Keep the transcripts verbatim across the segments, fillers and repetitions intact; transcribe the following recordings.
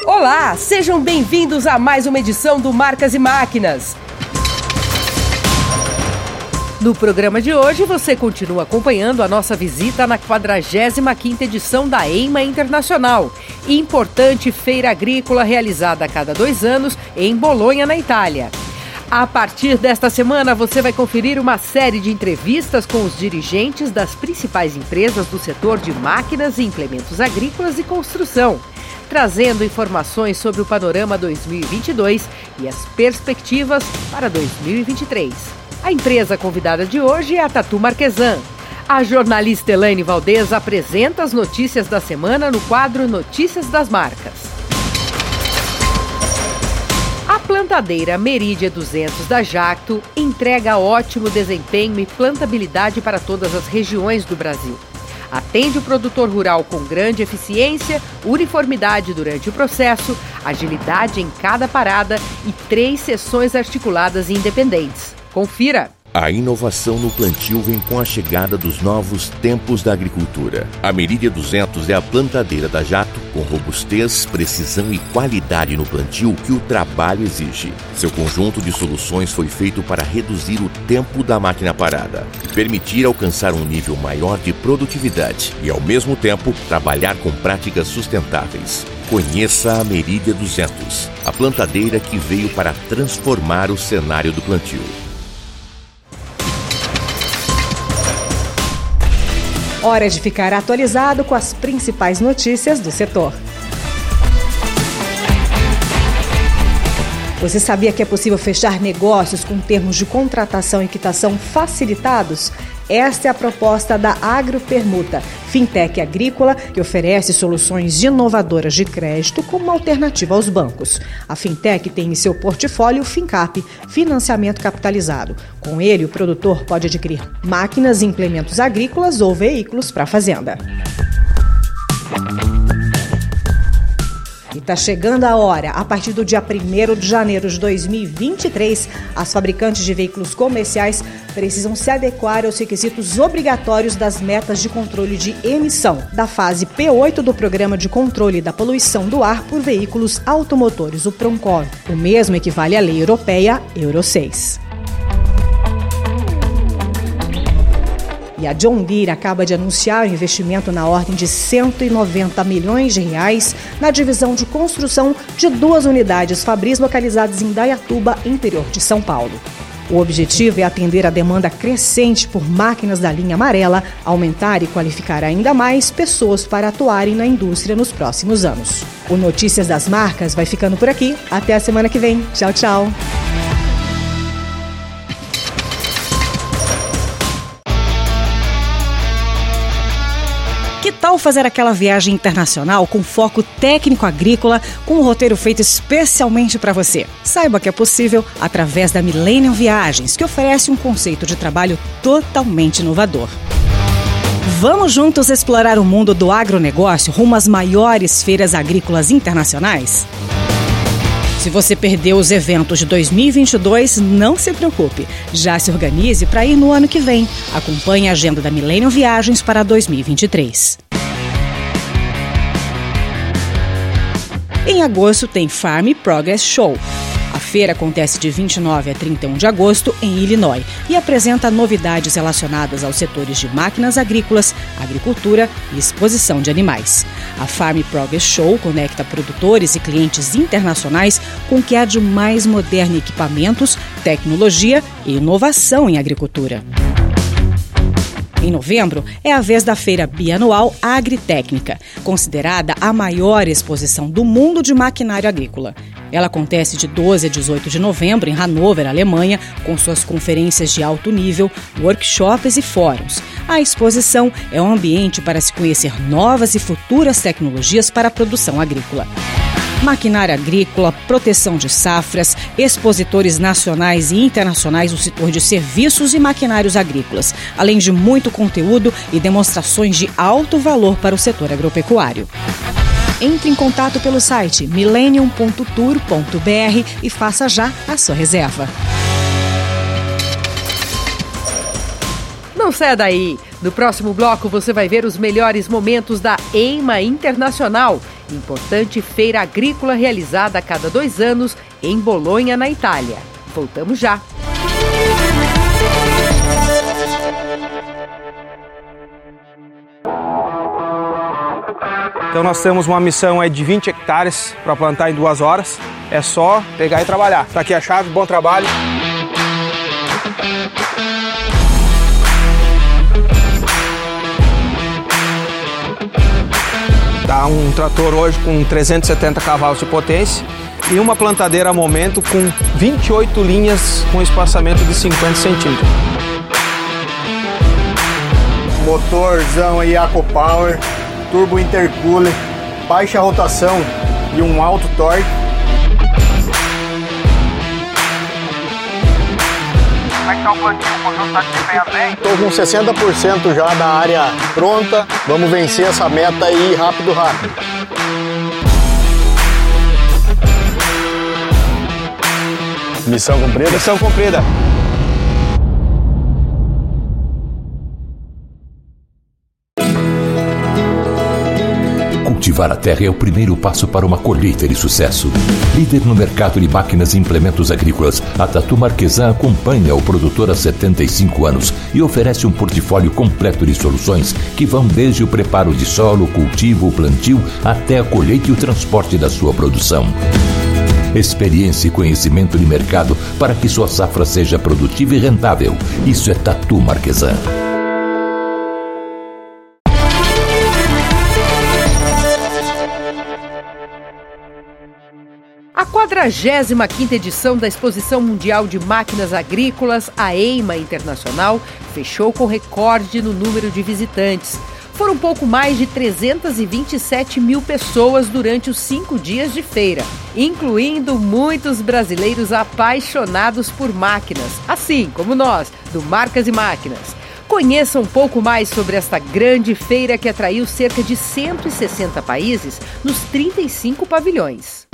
Olá, sejam bem-vindos a mais uma edição do Marcas e Máquinas. No programa de hoje, você continua acompanhando a nossa visita na quadragésima quinta edição da EIMA Internacional, importante feira agrícola realizada a cada dois anos em Bolonha, na Itália. A partir desta semana, você vai conferir uma série de entrevistas com os dirigentes das principais empresas do setor de máquinas e implementos agrícolas e construção, trazendo informações sobre o panorama dois mil e vinte e dois e as perspectivas para dois mil e vinte e três. A empresa convidada de hoje é a Tatu Marquesan. A jornalista Elaine Valdez apresenta as notícias da semana no quadro Notícias das Marcas. A plantadeira Meridia duzentos da Jacto entrega ótimo desempenho e plantabilidade para todas as regiões do Brasil. Atende o produtor rural com grande eficiência, uniformidade durante o processo, agilidade em cada parada e três seções articuladas e independentes. Confira! A inovação no plantio vem com a chegada dos novos tempos da agricultura. A Meridia duzentos é a plantadeira da Jacto com robustez, precisão e qualidade no plantio que o trabalho exige. Seu conjunto de soluções foi feito para reduzir o tempo da máquina parada, permitir alcançar um nível maior de produtividade e, ao mesmo tempo, trabalhar com práticas sustentáveis. Conheça a Meridia duzentos, a plantadeira que veio para transformar o cenário do plantio. Hora de ficar atualizado com as principais notícias do setor. Você sabia que é possível fechar negócios com termos de contratação e quitação facilitados? Esta é a proposta da Agropermuta, fintech agrícola que oferece soluções inovadoras de crédito como alternativa aos bancos. A fintech tem em seu portfólio o Fincap, financiamento capitalizado. Com ele, o produtor pode adquirir máquinas e implementos agrícolas ou veículos para a fazenda. E está chegando a hora. A partir do dia primeiro de janeiro de dois mil e vinte e três, as fabricantes de veículos comerciais precisam se adequar aos requisitos obrigatórios das metas de controle de emissão da fase P oito do Programa de Controle da Poluição do Ar por Veículos Automotores, o PRONCOV. O mesmo equivale à lei europeia Euro seis. E a John Deere acaba de anunciar um investimento na ordem de cento e noventa milhões de reais na divisão de construção de duas unidades Fabris localizadas em Dayatuba, interior de São Paulo. O objetivo é atender a demanda crescente por máquinas da linha amarela, aumentar e qualificar ainda mais pessoas para atuarem na indústria nos próximos anos. O Notícias das Marcas vai ficando por aqui. Até a semana que vem. Tchau, tchau. Que tal fazer aquela viagem internacional com foco técnico agrícola, com um roteiro feito especialmente para você? Saiba que é possível através da Millennium Viagens, que oferece um conceito de trabalho totalmente inovador. Vamos juntos explorar o mundo do agronegócio rumo às maiores feiras agrícolas internacionais? Se você perdeu os eventos de dois mil e vinte e dois, não se preocupe. Já se organize para ir no ano que vem. Acompanhe a agenda da Millennium Viagens para dois mil e vinte e três. Em agosto tem Farm Progress Show. A feira acontece de vinte e nove a trinta e um de agosto em Illinois e apresenta novidades relacionadas aos setores de máquinas agrícolas, agricultura e exposição de animais. A Farm Progress Show conecta produtores e clientes internacionais com o que há de mais moderno em equipamentos, tecnologia e inovação em agricultura. Em novembro, é a vez da feira bianual Agritécnica, considerada a maior exposição do mundo de maquinário agrícola. Ela acontece de doze a dezoito de novembro em Hannover, Alemanha, com suas conferências de alto nível, workshops e fóruns. A exposição é um ambiente para se conhecer novas e futuras tecnologias para a produção agrícola. Maquinária agrícola, proteção de safras, expositores nacionais e internacionais do setor de serviços e maquinários agrícolas, além de muito conteúdo e demonstrações de alto valor para o setor agropecuário. Entre em contato pelo site millennium ponto tour ponto b r e faça já a sua reserva. Não saia daí! No próximo bloco você vai ver os melhores momentos da EIMA Internacional, importante feira agrícola realizada a cada dois anos em Bolonha, na Itália. Voltamos já. Então nós temos uma missão aí de vinte hectares para plantar em duas horas. É só pegar e trabalhar. Tá aqui a chave, bom trabalho. Tá um trator hoje com trezentos e setenta cavalos de potência e uma plantadeira a momento com vinte e oito linhas com espaçamento de cinquenta centímetros. Motorzão aí AquaPower, turbo intercooler, baixa rotação e um alto torque. Como é que tá o plantio? O conjunto tá desempenhando bem? Estou com sessenta por cento já da área pronta. Vamos vencer essa meta aí rápido, rápido. Missão cumprida? Missão cumprida. Cultivar a terra é o primeiro passo para uma colheita de sucesso. Líder no mercado de máquinas e implementos agrícolas, a Tatu Marquesan acompanha o produtor há setenta e cinco anos e oferece um portfólio completo de soluções que vão desde o preparo de solo, cultivo, plantio, até a colheita e o transporte da sua produção. Experiência e conhecimento de mercado para que sua safra seja produtiva e rentável. Isso é Tatu Marquesan. A quadragésima quinta edição da Exposição Mundial de Máquinas Agrícolas, a EIMA Internacional, fechou com recorde no número de visitantes. Foram pouco mais de trezentas e vinte e sete mil pessoas durante os cinco dias de feira, incluindo muitos brasileiros apaixonados por máquinas, assim como nós, do Marcas e Máquinas. Conheça um pouco mais sobre esta grande feira que atraiu cerca de cento e sessenta países nos trinta e cinco pavilhões.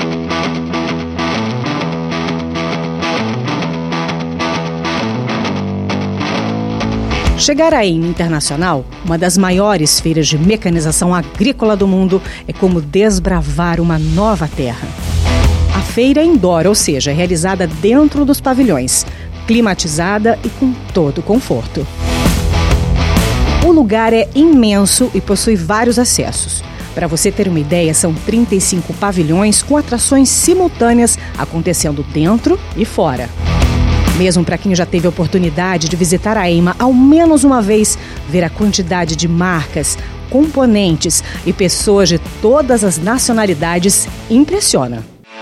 Chegar à EIMA Internacional, uma das maiores feiras de mecanização agrícola do mundo, é como desbravar uma nova terra. A feira é indoor, ou seja, é realizada dentro dos pavilhões, climatizada e com todo conforto. O lugar é imenso e possui vários acessos. Para você ter uma ideia, são trinta e cinco pavilhões com atrações simultâneas acontecendo dentro e fora. Mesmo para quem já teve a oportunidade de visitar a EIMA ao menos uma vez, ver a quantidade de marcas, componentes e pessoas de todas as nacionalidades impressiona.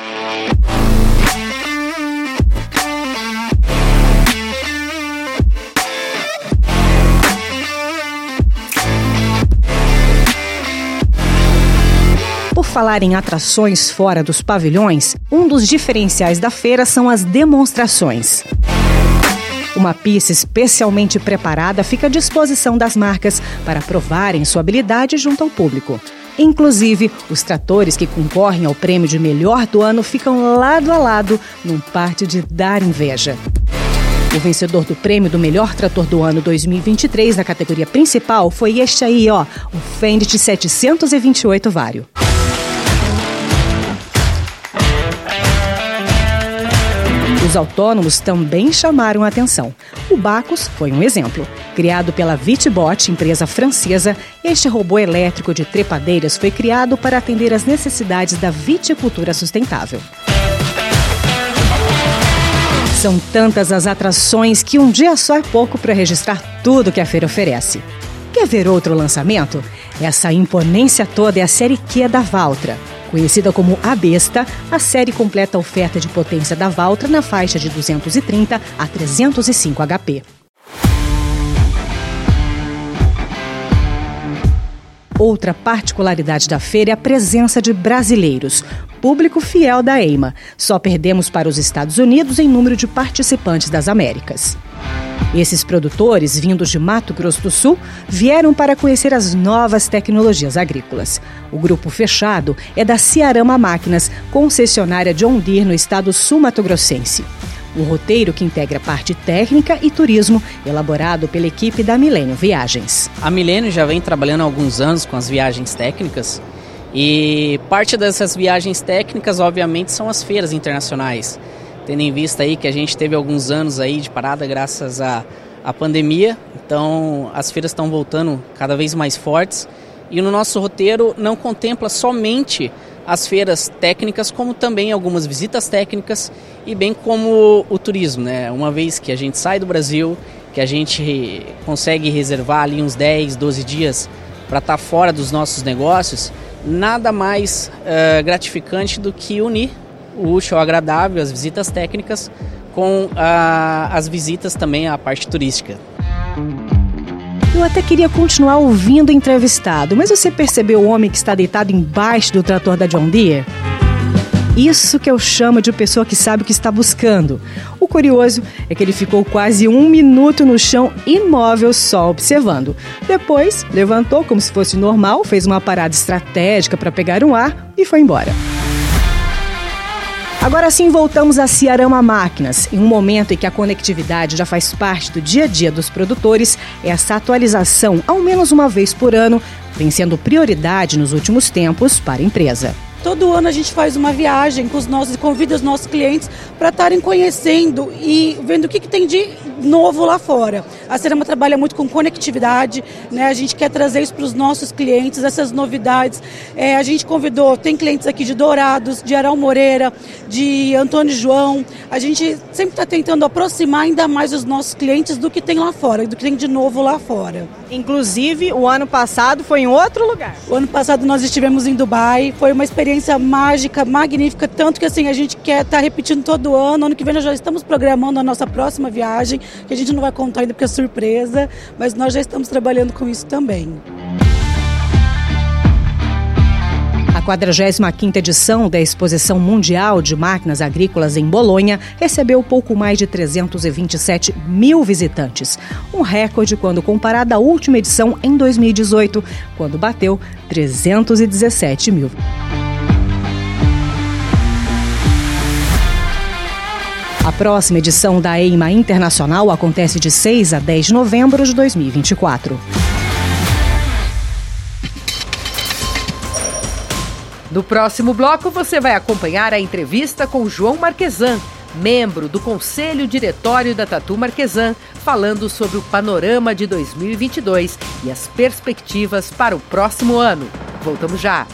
Por falar em atrações fora dos pavilhões, um dos diferenciais da feira são as demonstrações. Uma pista especialmente preparada fica à disposição das marcas para provarem sua habilidade junto ao público. Inclusive, os tratores que concorrem ao prêmio de melhor do ano ficam lado a lado num pátio de dar inveja. O vencedor do prêmio do melhor trator do ano dois mil e vinte e três na categoria principal foi este aí, ó, o Fendt setecentos e vinte e oito Vario. Os autônomos também chamaram a atenção. O Bacus foi um exemplo. Criado pela Vitbot, empresa francesa, este robô elétrico de trepadeiras foi criado para atender às necessidades da viticultura sustentável. São tantas as atrações que um dia só é pouco para registrar tudo que a feira oferece. Quer ver outro lançamento? Essa imponência toda é a série Q da Valtra. Conhecida como a Besta, a série completa a oferta de potência da Valtra na faixa de duzentos e trinta a trezentos e cinco H P. Outra particularidade da feira é a presença de brasileiros, público fiel da EIMA. Só perdemos para os Estados Unidos em número de participantes das Américas. Esses produtores, vindos de Mato Grosso do Sul, vieram para conhecer as novas tecnologias agrícolas. O grupo fechado é da Ciarama Máquinas, concessionária John Deere no estado sul-mato-grossense. um roteiro que integra parte técnica e turismo, elaborado pela equipe da Milênio Viagens. A Milênio já vem trabalhando há alguns anos com as viagens técnicas e parte dessas viagens técnicas, obviamente, são as feiras internacionais. Tendo em vista aí que a gente teve alguns anos aí de parada graças à, à pandemia, então as feiras estão voltando cada vez mais fortes e no nosso roteiro não contempla somente as feiras técnicas, como também algumas visitas técnicas e bem como o turismo, né? Uma vez que a gente sai do Brasil, que a gente consegue reservar ali uns dez, doze dias para estar fora dos nossos negócios, nada mais uh, gratificante do que unir o útil ao agradável, as visitas técnicas, com uh, as visitas também à parte turística. Eu até queria continuar ouvindo o entrevistado, mas você percebeu o homem que está deitado embaixo do trator da John Deere? Isso que eu chamo de pessoa que sabe o que está buscando. O curioso é que ele ficou quase um minuto no chão, imóvel, só observando. Depois, levantou como se fosse normal, fez uma parada estratégica para pegar um ar e foi embora. Agora sim, voltamos a Ciarama Máquinas. Em um momento em que a conectividade já faz parte do dia a dia dos produtores, essa atualização, ao menos uma vez por ano, vem sendo prioridade nos últimos tempos para a empresa. Todo ano a gente faz uma viagem com os nossos, convida os nossos clientes para estarem conhecendo e vendo o que, que tem de novo lá fora. A Ciarama trabalha muito com conectividade, né? A gente quer trazer isso para os nossos clientes, essas novidades. É, a gente convidou, tem clientes aqui de Dourados, de Aral Moreira, de Antônio João. A gente sempre está tentando aproximar ainda mais os nossos clientes do que tem lá fora, do que tem de novo lá fora. Inclusive, o ano passado foi em outro lugar. O ano passado nós estivemos em Dubai, foi uma experiência mágica, magnífica, tanto que assim a gente quer estar tá repetindo todo ano. Ano que vem nós já estamos programando a nossa próxima viagem, que a gente não vai contar ainda porque é surpresa, mas nós já estamos trabalhando com isso também. A quadragésima quinta edição da Exposição Mundial de Máquinas Agrícolas em Bolonha recebeu pouco mais de trezentos e vinte e sete mil visitantes, um recorde quando comparado à última edição em dois mil e dezoito, quando bateu trezentos e dezessete mil. A próxima edição da EIMA Internacional acontece de seis a dez de novembro de dois mil e vinte e quatro. No próximo bloco, você vai acompanhar a entrevista com João Marquesan, membro do Conselho Diretório da Tatu Marquesan, falando sobre o panorama de dois mil e vinte e dois e as perspectivas para o próximo ano. Voltamos já!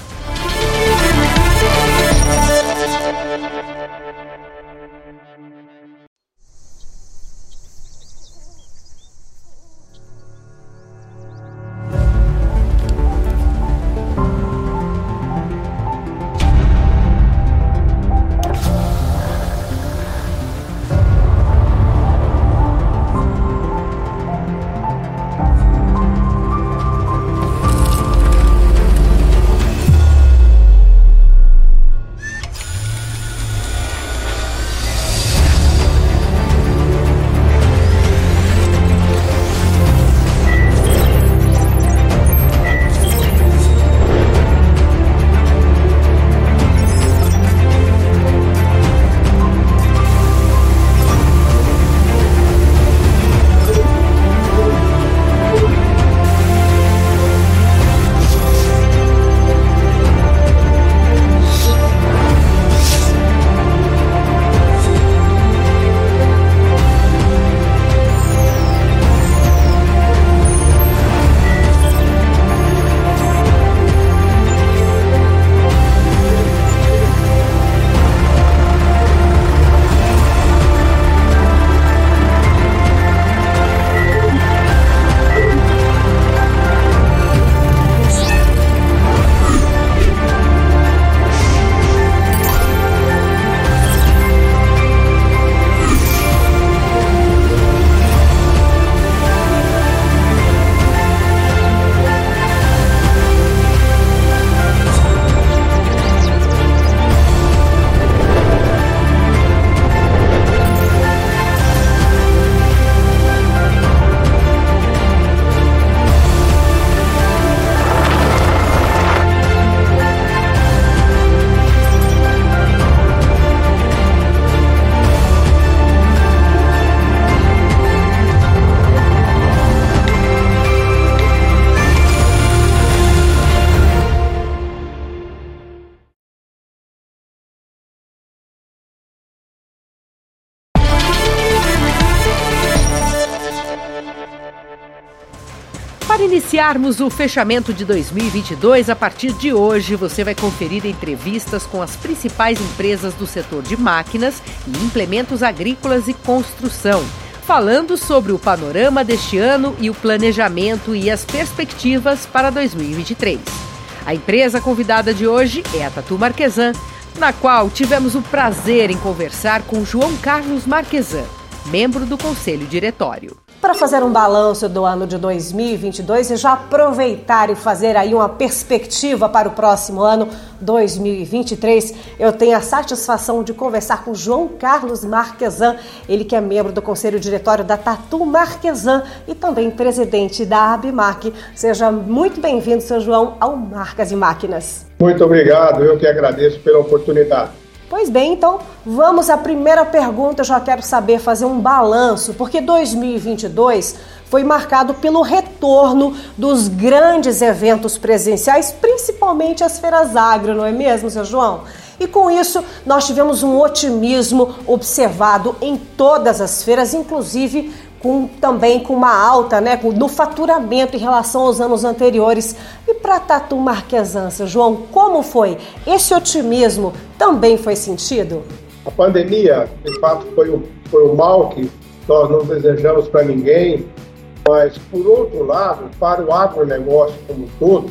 Para iniciarmos o fechamento de dois mil e vinte e dois, a partir de hoje você vai conferir entrevistas com as principais empresas do setor de máquinas e implementos agrícolas e construção, falando sobre o panorama deste ano e o planejamento e as perspectivas para dois mil e vinte e três. A empresa convidada de hoje é a Tatu Marquesan, na qual tivemos o prazer em conversar com João Carlos Marquesan, membro do Conselho Diretório. Para fazer um balanço do ano de dois mil e vinte e dois e já aproveitar e fazer aí uma perspectiva para o próximo ano, dois mil e vinte e três, eu tenho a satisfação de conversar com João Carlos Marquesan, ele que é membro do Conselho Diretório da Tatu Marquesan e também presidente da Abimac. Seja muito bem-vindo, seu João, ao Marcas e Máquinas. Muito obrigado, eu que agradeço pela oportunidade. Pois bem, então vamos à primeira pergunta. Eu já quero saber fazer um balanço, porque dois mil e vinte e dois foi marcado pelo retorno dos grandes eventos presenciais, principalmente as feiras agro, não é mesmo, seu João? E com isso, nós tivemos um otimismo observado em todas as feiras, inclusive com, também com uma alta, né, no faturamento em relação aos anos anteriores. E para a Tatu Marquesan, seu João, como foi? Esse otimismo também foi sentido? A pandemia, de fato, foi um, foi um mal que nós não desejamos para ninguém, mas, por outro lado, para o agronegócio como um todo,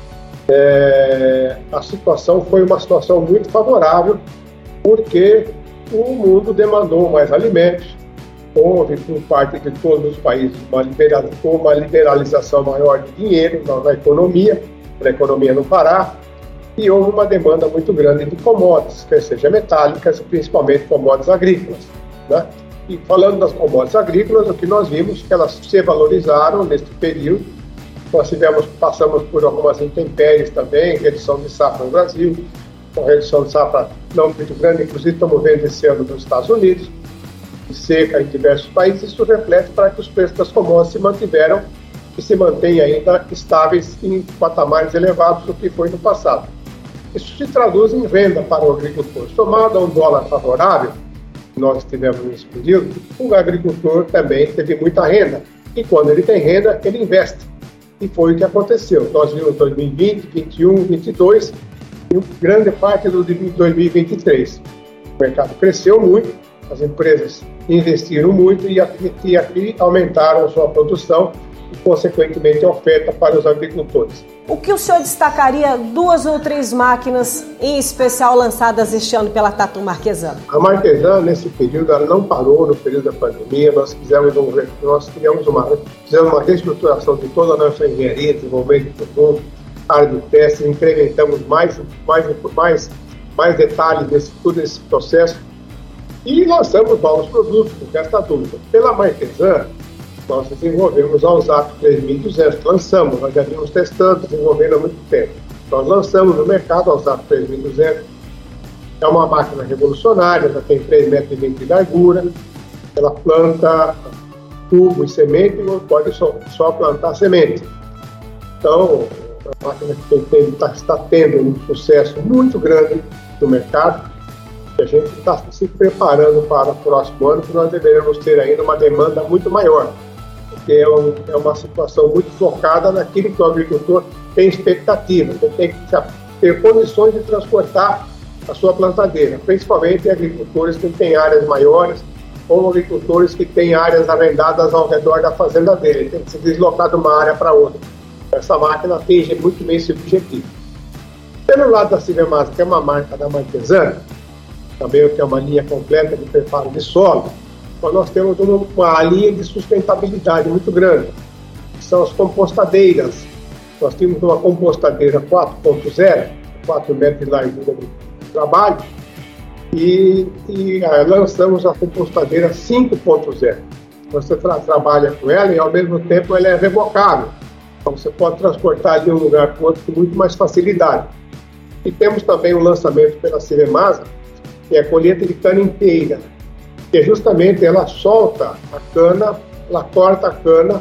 é, a situação foi uma situação muito favorável, porque o mundo demandou mais alimentos. Houve, por parte de todos os países, uma, libera- uma liberalização maior de dinheiro na, na economia, para a economia não parar, e houve uma demanda muito grande de commodities, quer seja metálicas, principalmente commodities agrícolas, né? E falando das commodities agrícolas, o que nós vimos é que elas se valorizaram neste período. Nós tivemos, passamos por algumas intempéries também, redução de safra no Brasil, uma redução de safra não muito grande, inclusive estamos vendo esse ano nos Estados Unidos, de seca em diversos países. Isso reflete para que os preços das commodities se mantiveram e se mantêm ainda estáveis em patamares elevados do que foi no passado. Isso se traduz em renda para o agricultor. Somado a um dólar favorável, que nós tivemos nesse período, o agricultor também teve muita renda. E quando ele tem renda, ele investe. E foi o que aconteceu. Nós vimos dois mil e vinte, vinte e um, vinte e dois e grande parte do dois mil e vinte e três. O mercado cresceu muito, as empresas investiram muito e aqui, e aqui aumentaram a sua produção e, consequentemente, a oferta para os agricultores. O que o senhor destacaria, duas ou três máquinas em especial lançadas este ano pela Tatu Marquesan? A Marquesan, nesse período, ela não parou no período da pandemia. Nós fizemos, um, nós criamos uma, fizemos uma reestruturação de toda a nossa engenharia, desenvolvimento de produto, área de testes, incrementamos mais, mais, mais, mais detalhes desse todo esse processo. E lançamos novos produtos, com esta dúvida. Pela Marquesan, nós desenvolvemos a Usato três mil e duzentos, lançamos, nós já vimos testando, desenvolvendo há muito tempo. Nós lançamos no mercado a Usato três mil e duzentos, é uma máquina revolucionária, já tem três metros e vinte de largura, ela planta tubo e semente e não pode só, só plantar semente. Então, é uma máquina que tem, tem, tá, está tendo um sucesso muito grande no mercado. A gente está se preparando para o próximo ano, que nós deveremos ter ainda uma demanda muito maior, porque é, um, é uma situação muito focada naquilo que o agricultor tem expectativa, ele tem que ter condições de transportar a sua plantadeira, principalmente agricultores que têm áreas maiores ou agricultores que têm áreas arrendadas ao redor da fazenda dele, tem que se deslocar de uma área para outra. Essa máquina atinge muito bem esse objetivo. Pelo lado da Silvemasa, que é uma marca da Marquesan, também que é uma linha completa de preparo de solo, mas nós temos uma, uma linha de sustentabilidade muito grande, que são as compostadeiras. Nós temos uma compostadeira quatro ponto zero, quatro metros de largura de trabalho, e, e ah, lançamos a compostadeira cinco ponto zero. Você tra trabalha com ela e, ao mesmo tempo, ela é revocável. Então, você pode transportar de um lugar para o outro com muito mais facilidade. E temos também o lançamento pela Silvemasa, que é a colheita de cana inteira, que justamente ela solta a cana, ela corta a cana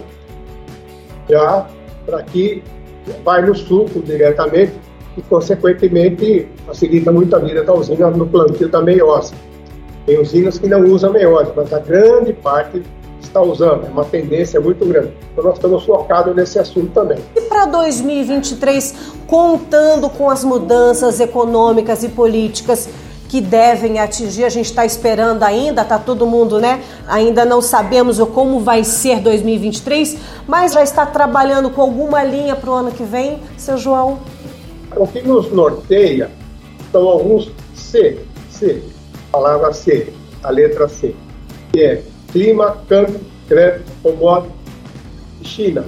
já para que vai no suco diretamente e, consequentemente, facilita muito a vida da usina no plantio da meiose. Tem usinas que não usam meiose, mas a grande parte está usando. É uma tendência muito grande. Então nós estamos focados nesse assunto também. E para dois mil e vinte e três, contando com as mudanças econômicas e políticas que devem atingir, a gente está esperando ainda, está todo mundo, né? Ainda não sabemos como vai ser dois mil e vinte e três, mas já está trabalhando com alguma linha para o ano que vem, seu João? O que nos norteia são alguns C, C, palavra C, a letra C, que é clima, câmbio, crédito, commodity e China.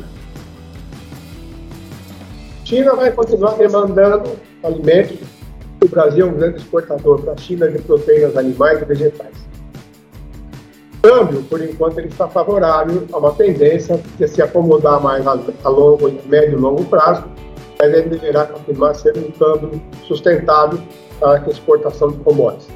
China vai continuar demandando alimentos. O Brasil é um grande exportador para a China de proteínas animais e vegetais. O câmbio, por enquanto, ele está favorável a uma tendência de se acomodar mais a longo, médio e longo prazo, mas ele deverá continuar sendo um câmbio sustentável para a exportação de commodities.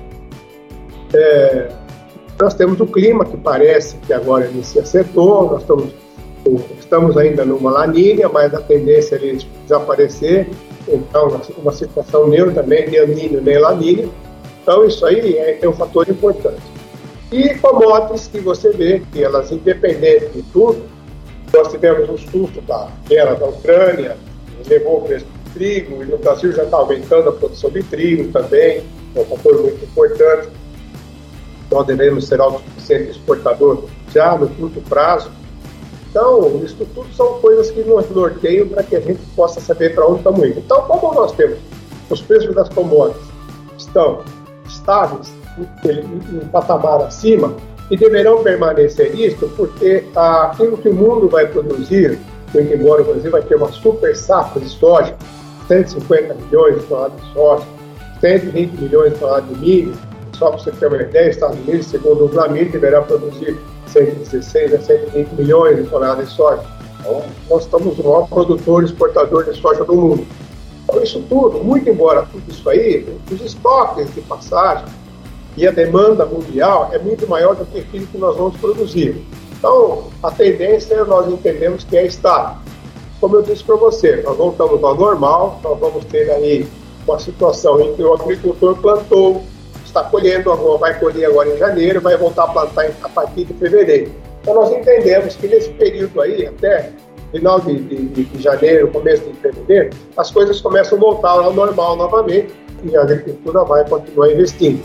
É, nós temos o clima, que parece que agora ele se acertou, nós estamos, estamos ainda numa laninha, mas a tendência é ele desaparecer. Então, uma situação neutra também, nem aninho, nem laninha. Então, isso aí é, é um fator importante. E commodities que você vê que elas, independente de tudo, nós tivemos um susto da guerra da Ucrânia, levou o preço do trigo, e no Brasil já está aumentando a produção de trigo também, é um fator muito importante. Nós devemos ser autossuficiente exportador já no curto prazo. Então, isso tudo são coisas que nos norteiam para que a gente possa saber para onde estamos indo. Então, como nós temos os preços das commodities estão estáveis, em um patamar acima, e deverão permanecer isso, porque aquilo que o mundo vai produzir, muito embora o Brasil vai ter uma super safra de soja, cento e cinquenta milhões de toneladas de soja, cento e vinte milhões de toneladas de milho, só para você ter uma ideia, os Estados Unidos, segundo o Glamir, deverá produzir cento e dezesseis a cento e vinte milhões de toneladas de soja. Então, nós estamos o maior produtor e exportador de soja do mundo. Então, isso tudo, muito embora tudo isso aí, os estoques de passagem e a demanda mundial é muito maior do que aquilo que nós vamos produzir. Então, a tendência nós entendemos que é estável. Como eu disse para você, nós voltamos ao normal, nós vamos ter aí uma situação em que o agricultor plantou, está colhendo, vai colher agora em janeiro, vai voltar a plantar a partir de fevereiro. Então nós entendemos que nesse período aí, até final de, de, de janeiro, começo de fevereiro, as coisas começam a voltar ao normal novamente e a agricultura vai continuar investindo.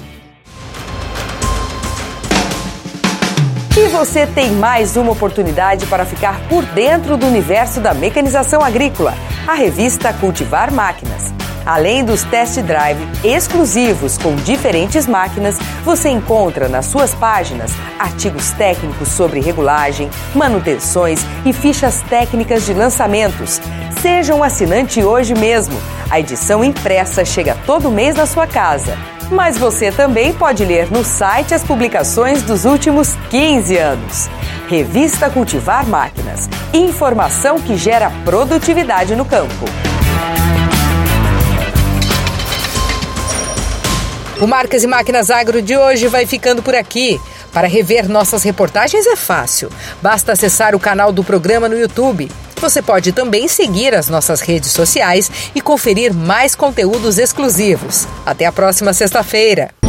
E você tem mais uma oportunidade para ficar por dentro do universo da mecanização agrícola, a revista Cultivar Máquinas. Além dos test drive exclusivos com diferentes máquinas, você encontra nas suas páginas artigos técnicos sobre regulagem, manutenções e fichas técnicas de lançamentos. Seja um assinante hoje mesmo. A edição impressa chega todo mês na sua casa. Mas você também pode ler no site as publicações dos últimos quinze anos. Revista Cultivar Máquinas. Informação que gera produtividade no campo. O Marcas e Máquinas Agro de hoje vai ficando por aqui. Para rever nossas reportagens é fácil. Basta acessar o canal do programa no YouTube. Você pode também seguir as nossas redes sociais e conferir mais conteúdos exclusivos. Até a próxima sexta-feira.